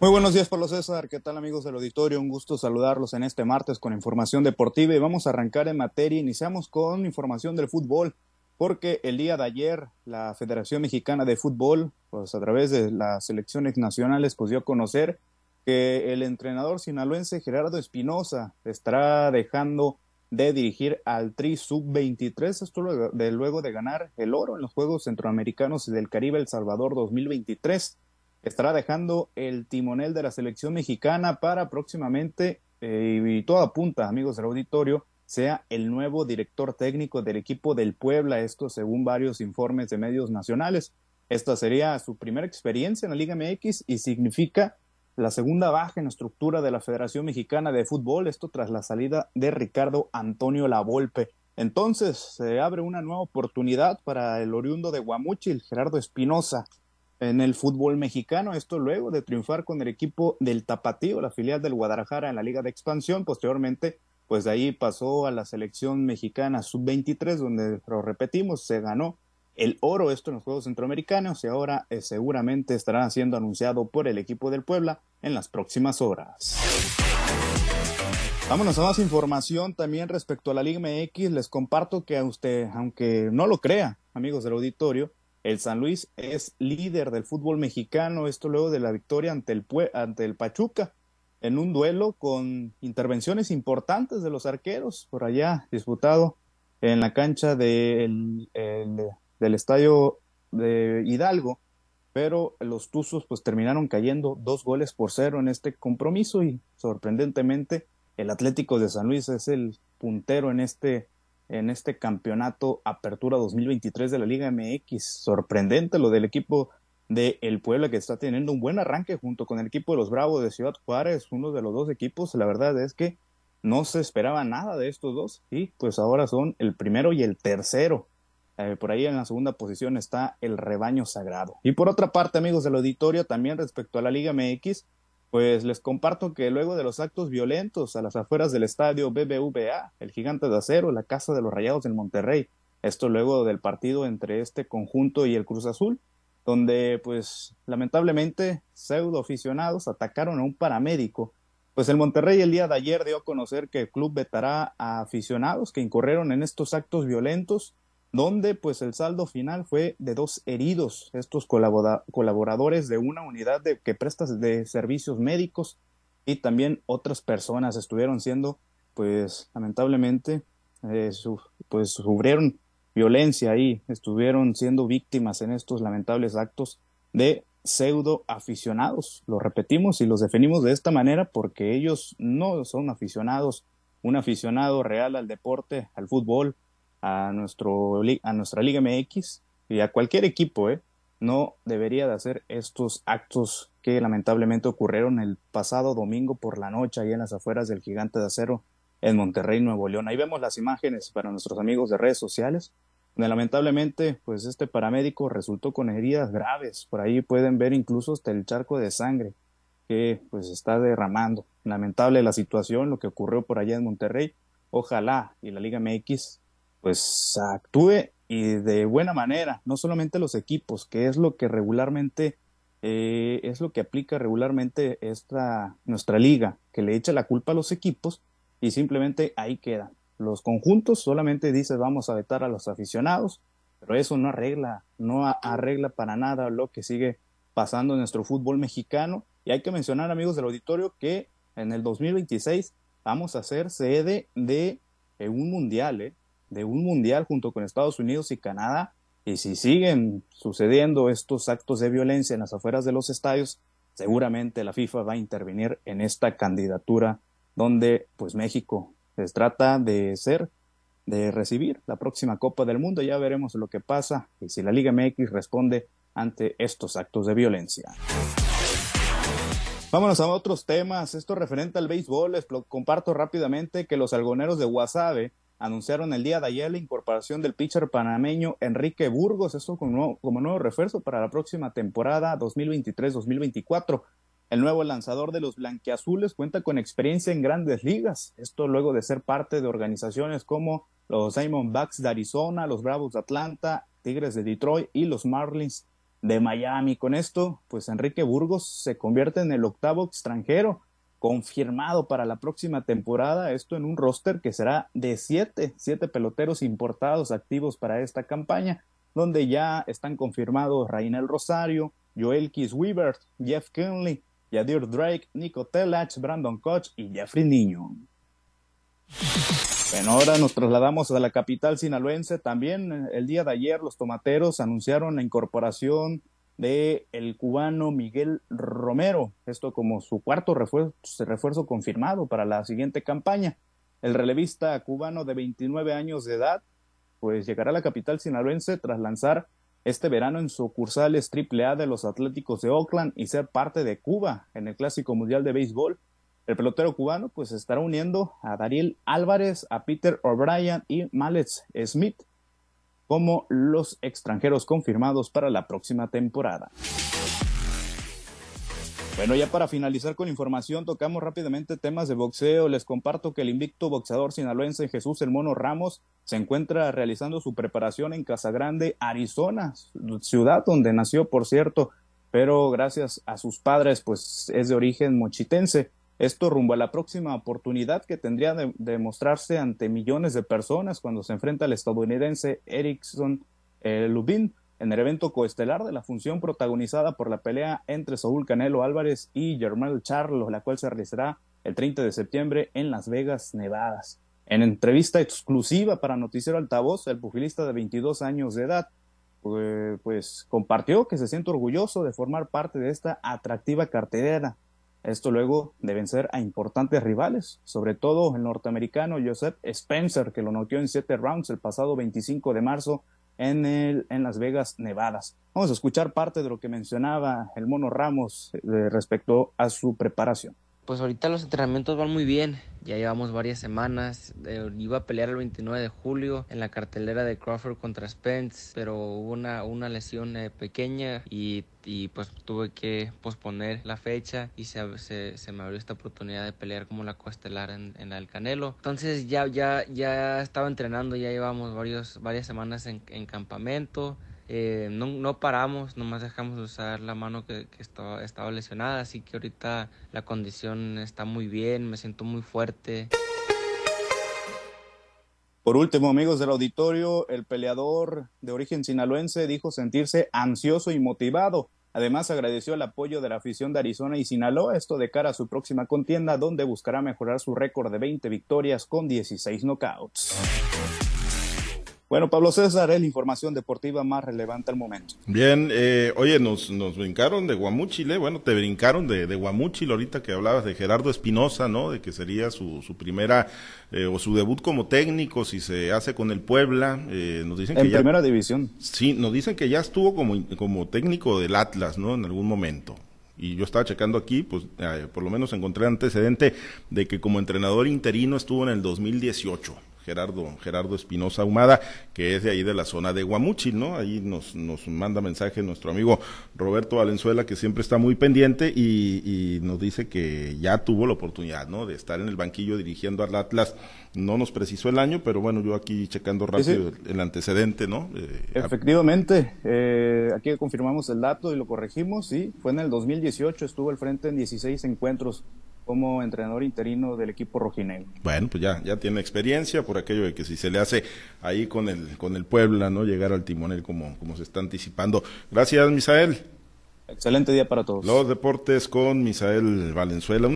Muy buenos días, Pablo César. ¿Qué tal, amigos del auditorio? Un gusto saludarlos en este martes con información deportiva y vamos a arrancar en materia. Iniciamos con información del fútbol, porque el día de ayer la Federación Mexicana de Fútbol, pues a través de las selecciones nacionales, pues dio a conocer que el entrenador sinaloense Gerardo Espinoza estará dejando de dirigir al Tri Sub-23, esto luego de ganar el oro en los Juegos Centroamericanos y del Caribe El Salvador 2023. Estará dejando el timonel de la selección mexicana para próximamente, y todo apunta, amigos del auditorio, sea el nuevo director técnico del equipo del Puebla, esto según varios informes de medios nacionales. Esta sería su primera experiencia en la Liga MX y significa la segunda baja en la estructura de la Federación Mexicana de Fútbol, esto tras la salida de Ricardo Antonio Lavolpe. Entonces se abre una nueva oportunidad para el oriundo de Guamúchil, Gerardo Espinoza, en el fútbol mexicano, esto luego de triunfar con el equipo del Tapatío, la filial del Guadalajara en la Liga de Expansión. Posteriormente, pues de ahí pasó a la selección mexicana sub-23, donde, lo repetimos, se ganó el oro, esto en los Juegos Centroamericanos, y ahora seguramente estará siendo anunciado por el equipo del Puebla en las próximas horas. Vámonos a más información también respecto a la Liga MX. Les comparto que a usted, aunque no lo crea, amigos del auditorio, el San Luis es líder del fútbol mexicano, esto luego de la victoria ante el Pachuca, en un duelo con intervenciones importantes de los arqueros, por allá disputado en la cancha del estadio de Hidalgo, pero los Tuzos pues terminaron cayendo 2-0 en este compromiso y sorprendentemente el Atlético de San Luis es el puntero en este campeonato Apertura 2023 de la Liga MX. Sorprendente lo del equipo de El Puebla, que está teniendo un buen arranque junto con el equipo de los Bravos de Ciudad Juárez, uno de los dos equipos. La verdad es que no se esperaba nada de estos dos y pues ahora son el primero y el tercero. Por ahí en la segunda posición está el Rebaño Sagrado. Y por otra parte, amigos del auditorio, también respecto a la Liga MX, pues les comparto que luego de los actos violentos a las afueras del estadio BBVA, el Gigante de Acero, la casa de los Rayados del Monterrey, esto luego del partido entre este conjunto y el Cruz Azul, donde pues lamentablemente pseudo aficionados atacaron a un paramédico. Pues el Monterrey el día de ayer dio a conocer que el club vetará a aficionados que incurrieron en estos actos violentos, donde pues el saldo final fue de 2 heridos, estos colaboradores de una unidad que presta de servicios médicos, y también otras personas estuvieron siendo, pues lamentablemente, pues sufrieron violencia y estuvieron siendo víctimas en estos lamentables actos de pseudo aficionados. Lo repetimos y los definimos de esta manera porque ellos no son aficionados. Un aficionado real al deporte, al fútbol, a nuestra Liga MX y a cualquier equipo, no debería de hacer estos actos que lamentablemente ocurrieron el pasado domingo por la noche ahí en las afueras del Gigante de Acero en Monterrey, Nuevo León. Ahí vemos las imágenes para nuestros amigos de redes sociales, donde lamentablemente pues este paramédico resultó con heridas graves. Por ahí pueden ver incluso hasta el charco de sangre que pues está derramando. Lamentable la situación, lo que ocurrió por allá en Monterrey. Ojalá y la Liga MX pues actúe y de buena manera, no solamente los equipos, que es lo que regularmente, es lo que aplica regularmente nuestra liga, que le echa la culpa a los equipos y simplemente ahí queda. Los conjuntos solamente dice vamos a vetar a los aficionados, pero eso no arregla para nada lo que sigue pasando en nuestro fútbol mexicano. Y hay que mencionar, amigos del auditorio, que en el 2026 vamos a ser sede un mundial, de un mundial junto con Estados Unidos y Canadá, y si siguen sucediendo estos actos de violencia en las afueras de los estadios, seguramente la FIFA va a intervenir en esta candidatura donde pues México les trata de recibir la próxima Copa del Mundo. Ya veremos lo que pasa y si la Liga MX responde ante estos actos de violencia. Vámonos a otros temas. Esto referente al béisbol. Les comparto rápidamente que los algoneros de Guasave anunciaron el día de ayer la incorporación del pitcher panameño Enrique Burgos, esto como nuevo refuerzo para la próxima temporada 2023-2024. El nuevo lanzador de los blanquiazules cuenta con experiencia en grandes ligas, esto luego de ser parte de organizaciones como los Diamondbacks de Arizona, los Bravos de Atlanta, Tigres de Detroit y los Marlins de Miami. Con esto, pues Enrique Burgos se convierte en el octavo extranjero confirmado para la próxima temporada, esto en un roster que será de siete peloteros importados activos para esta campaña, donde ya están confirmados Rainel Rosario, Joel Weaver, Jeff Kinley, Yadir Drake, Nico Telach, Brandon Koch y Jeffrey Niño. Bueno, ahora nos trasladamos a la capital sinaloense. También el día de ayer los tomateros anunciaron la incorporación de el cubano Miguel Romero, esto como su cuarto refuerzo confirmado para la siguiente campaña. El relevista cubano de 29 años de edad, pues llegará a la capital sinaloense tras lanzar este verano en sucursales AAA de los Atléticos de Oakland y ser parte de Cuba en el Clásico Mundial de Béisbol. El pelotero cubano pues estará uniendo a Dariel Álvarez, a Peter O'Brien y Malez Smith como los extranjeros confirmados para la próxima temporada. Bueno, ya para finalizar con información, tocamos rápidamente temas de boxeo. Les comparto que el invicto boxeador sinaloense Jesús El Mono Ramos se encuentra realizando su preparación en Casa Grande, Arizona, ciudad donde nació, por cierto, pero gracias a sus padres, pues es de origen mochitense. Esto rumbo a la próxima oportunidad que tendría de mostrarse ante millones de personas cuando se enfrenta al estadounidense Erickson Lubin en el evento coestelar de la función protagonizada por la pelea entre Saúl Canelo Álvarez y Jermell Charlo, la cual se realizará el 30 de septiembre en Las Vegas, Nevada. En entrevista exclusiva para Noticiero Altavoz, el pugilista de 22 años de edad pues compartió que se siente orgulloso de formar parte de esta atractiva cartelera. Esto luego de vencer a importantes rivales, sobre todo el norteamericano Joseph Spencer, que lo noqueó en 7 rounds el pasado 25 de marzo en Las Vegas, Nevada. Vamos a escuchar parte de lo que mencionaba el Mono Ramos respecto a su preparación. Pues ahorita los entrenamientos van muy bien, ya llevamos varias semanas. Iba a pelear el 29 de julio en la cartelera de Crawford contra Spence, pero hubo una lesión pequeña y pues tuve que posponer la fecha y se me abrió esta oportunidad de pelear como la coestelar en la del Canelo. Entonces ya estaba entrenando, ya llevamos varias semanas en campamento. No paramos, nomás dejamos de usar la mano que estaba lesionada, así que ahorita la condición está muy bien, me siento muy fuerte. Por último, amigos del auditorio, el peleador de origen sinaloense dijo sentirse ansioso y motivado. Además, agradeció el apoyo de la afición de Arizona y Sinaloa, esto de cara a su próxima contienda, donde buscará mejorar su récord de 20 victorias con 16 knockouts. Bueno, Pablo César, es la información deportiva más relevante al momento. Bien, oye, nos brincaron de Guamúchil, bueno, te brincaron de Guamúchil ahorita que hablabas de Gerardo Espinosa, ¿no? De que sería su primera o su debut como técnico si se hace con el Puebla. Nos dicen que en primera división. Sí, nos dicen que ya estuvo como técnico del Atlas, ¿no? En algún momento. Y yo estaba checando aquí, pues por lo menos encontré antecedente de que como entrenador interino estuvo en el 2018. Gerardo Espinosa Ahumada, que es de ahí de la zona de Guamúchil, ¿no? Ahí nos manda mensaje nuestro amigo Roberto Valenzuela, que siempre está muy pendiente y nos dice que ya tuvo la oportunidad, ¿no? De estar en el banquillo dirigiendo al Atlas. No nos precisó el año, pero bueno, yo aquí checando rápido sí. El antecedente, ¿no? Efectivamente, aquí confirmamos el dato y lo corregimos, sí, fue en el 2018, estuvo al frente en 16 encuentros como entrenador interino del equipo rojinegro. Bueno, pues ya tiene experiencia por aquello de que si se le hace ahí con el Puebla, ¿no? Llegar al timonel como se está anticipando. Gracias, Misael. Excelente día para todos. Los deportes con Misael Valenzuela.